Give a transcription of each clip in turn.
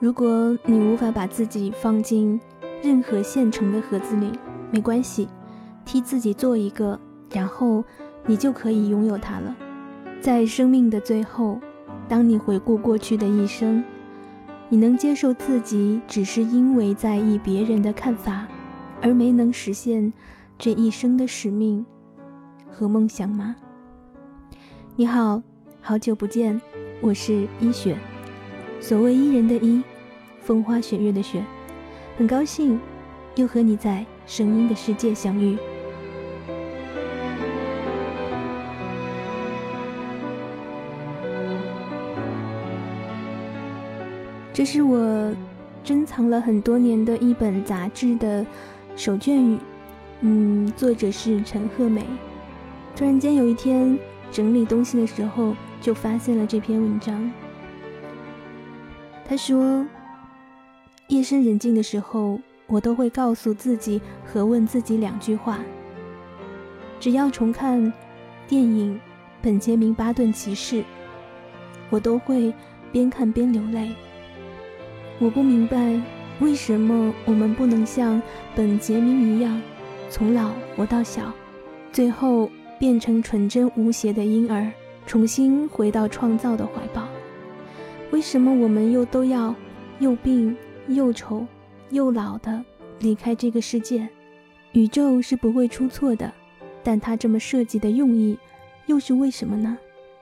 如果你无法把自己放进任何现成的盒子里，没关系，替自己做一个，然后你就可以拥有它了。在生命的最后，当你回顾过去的一生，你能接受自己只是因为在意别人的看法，而没能实现这一生的使命和梦想吗？你好，好久不见，我是一雪，所谓伊人的伊，风花雪月的雪，很高兴又和你在声音的世界相遇。这是我珍藏了很多年的一本杂志的手卷语，作者是陈鹤美。突然间有一天整理东西的时候，就发现了这篇文章。他说，夜深人静的时候，我都会告诉自己和问自己2句话。只要重看电影《本杰明·巴顿骑士》，我都会边看边流泪。我不明白，为什么我们不能像本杰明一样，从老活到小，最后变成纯真无邪的婴儿，重新回到创造的怀抱？为什么我们又都要又病又丑又老的离开这个世界？宇宙是不会出错的，但它这么设计的用意又是为什么呢？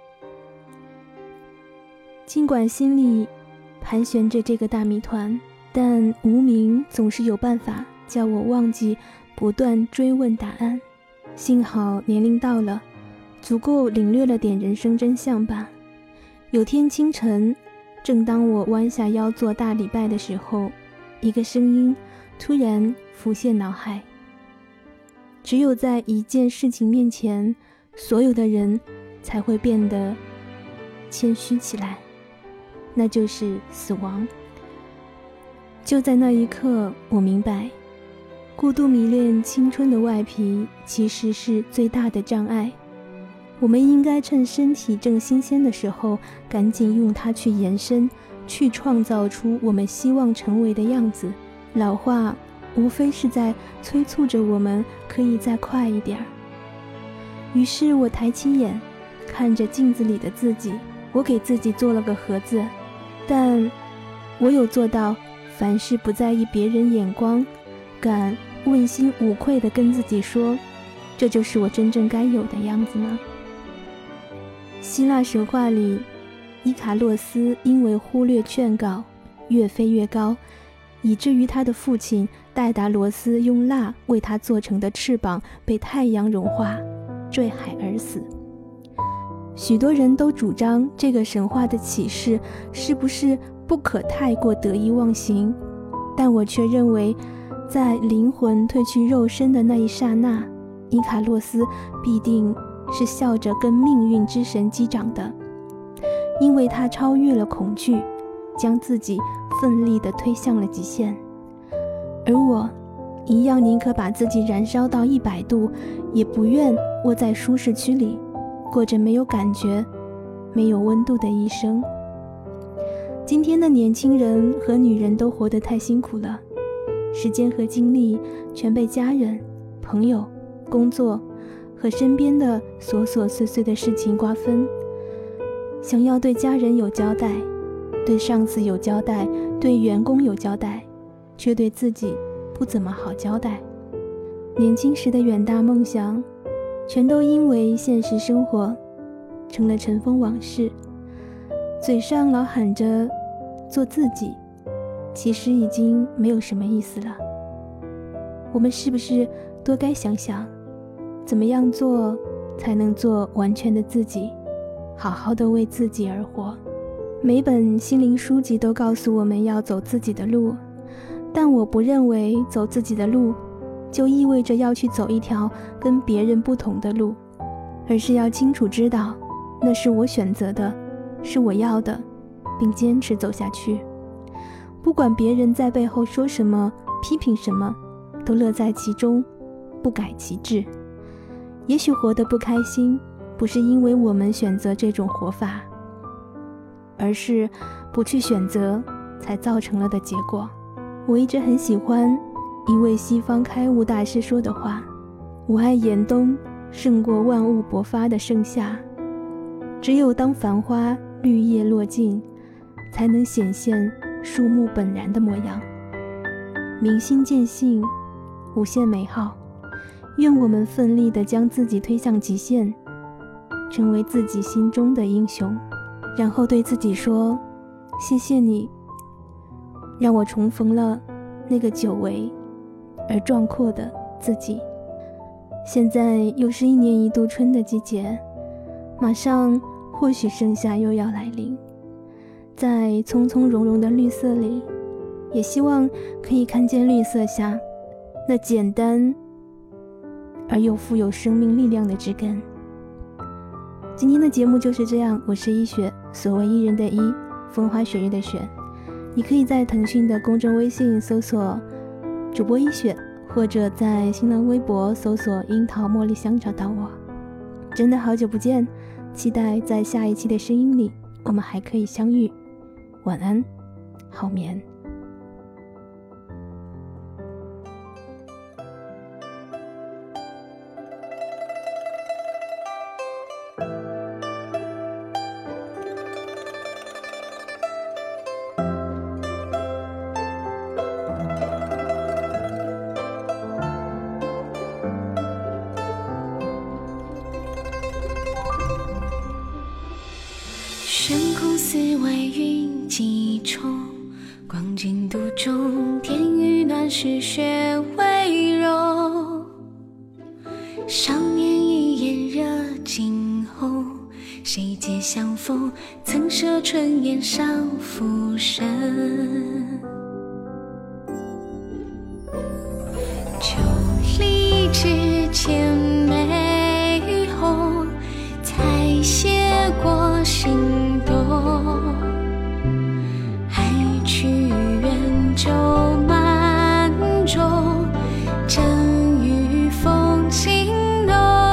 尽管心里盘旋着这个大谜团，但无名总是有办法叫我忘记不断追问答案。幸好年龄到了，足够领略了点人生真相吧。有天清晨，正当我弯下腰做大礼拜的时候，一个声音突然浮现脑海。只有在一件事情面前，所有的人才会变得谦虚起来，那就是死亡。就在那一刻，我明白，过度迷恋青春的外皮其实是最大的障碍。我们应该趁身体正新鲜的时候，赶紧用它去延伸，去创造出我们希望成为的样子。老化无非是在催促着我们可以再快一点。于是我抬起眼，看着镜子里的自己，我给自己做了个盒子，但我有做到凡事不在意别人眼光，敢问心无愧地跟自己说，这就是我真正该有的样子吗？希腊神话里，伊卡洛斯因为忽略劝告，越飞越高，以至于他的父亲戴达罗斯用蜡为他做成的翅膀被太阳融化，坠海而死。许多人都主张这个神话的启示是不是不可太过得意忘形，但我却认为，在灵魂褪去肉身的那一刹那，伊卡洛斯必定是笑着跟命运之神击掌的，因为他超越了恐惧，将自己奋力地推向了极限。而我一样宁可把自己燃烧到100度，也不愿窝在舒适区里，过着没有感觉、没有温度的一生。今天的年轻人和女人都活得太辛苦了，时间和精力全被家人、朋友、工作和身边的琐琐碎碎的事情瓜分。想要对家人有交代，对上司有交代，对员工有交代，却对自己不怎么好交代。年轻时的远大梦想，全都因为现实生活成了尘封往事。嘴上老喊着做自己，其实已经没有什么意思了。我们是不是多该想想，怎么样做才能做完全的自己，好好的为自己而活？每本心灵书籍都告诉我们要走自己的路，但我不认为走自己的路就意味着要去走一条跟别人不同的路，而是要清楚知道，那是我选择的，是我要的，并坚持走下去。不管别人在背后说什么，批评什么，都乐在其中，不改其志。也许活得不开心，不是因为我们选择这种活法，而是不去选择才造成了的结果。我一直很喜欢一位西方开悟大师说的话，我爱严冬胜过万物勃发的盛夏，只有当繁花绿叶落尽，才能显现树木本然的模样。明心见性，无限美好。愿我们奋力地将自己推向极限，成为自己心中的英雄，然后对自己说，谢谢你，让我重逢了那个久违而壮阔的自己。现在又是一年一度春的季节，马上或许盛夏又要来临，在葱葱茏茏的绿色里，也希望可以看见绿色下那简单而又富有生命力量的枝根。今天的节目就是这样，我是一雪，所谓伊人的伊，风花雪月的雪。你可以在腾讯的公众微信搜索主播一雪，或者在新浪微博搜索樱桃茉莉香找到我。真的好久不见，期待在下一期的声音里我们还可以相遇。晚安，好眠。 深空寺外云几重，光景独钟，天宇暖湿雪微柔。少年一眼热惊鸿，谁借相逢，曾舍春烟上浮生。旧历之前玫红，才写过心动。爱去远舟满舟，正与风情浓。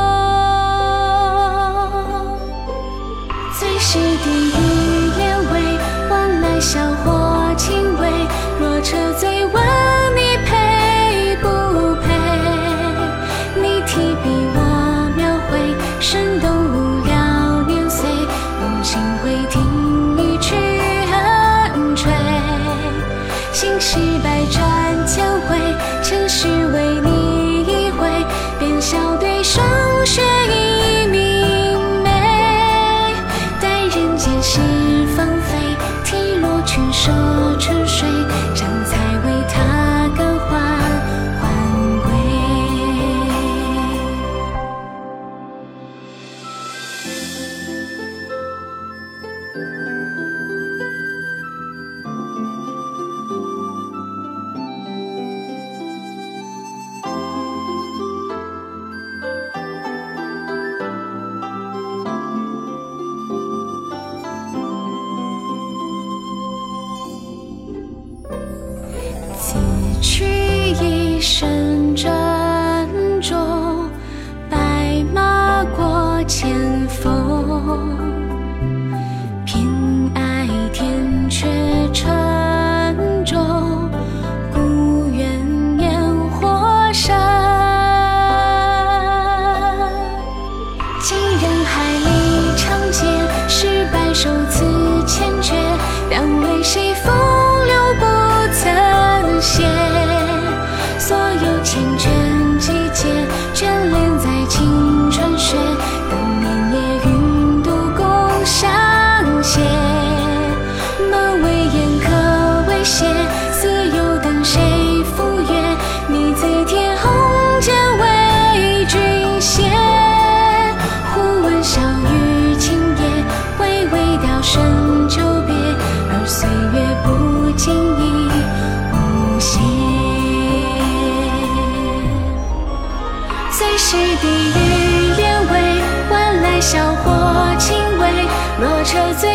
最是地狱连尾，晚来笑或轻微。若车醉问你配不配，你提笔我描绘，生动无聊年岁，用心会听一曲恨吹。心事百转千回，尘世为你一回，便笑对霜雪已明媚。待人间事芳菲，体落群舍春水，这才为他更换归。此去一生珍重，白马过千峰。偏爱天阙沉重，故愿烟火生。寄人海里长剑，是白首辞千阙，让为谁风流不曾歇。所有缱绻季节，眷恋在青春雪，等年夜云度共相携。门为烟可为鞋，似有等谁赴约，你自天红间为君写。忽闻小雨今夜，微微调声久别，而岁月不经意无邪。最是地狱连尾，晚来笑或轻微。若车醉